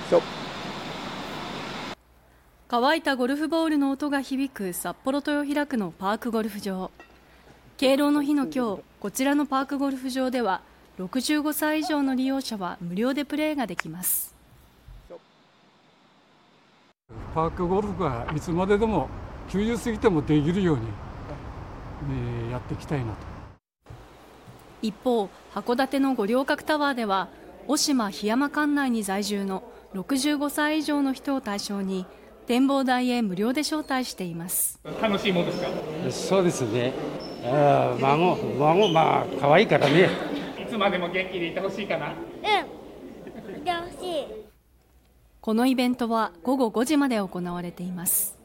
乾いたゴルフボールの音が響く札幌豊平区のパークゴルフ場。敬老の日の今日、こちらのパークゴルフ場では65歳以上の利用者は無料でプレーができます。 パークゴルフがいつまででも90過ぎてもできるように、やっていきたいなと。 一方、函館の五稜郭タワーでは渡島檜山管内に在住の65歳以上の人を対象に展望台へ無料で招待しています。 楽しいものですか？ そうですね。孫可愛いからね。 いつまでも元気でいてほしいかな。 いてほしい。 このイベントは午後5時まで行われています。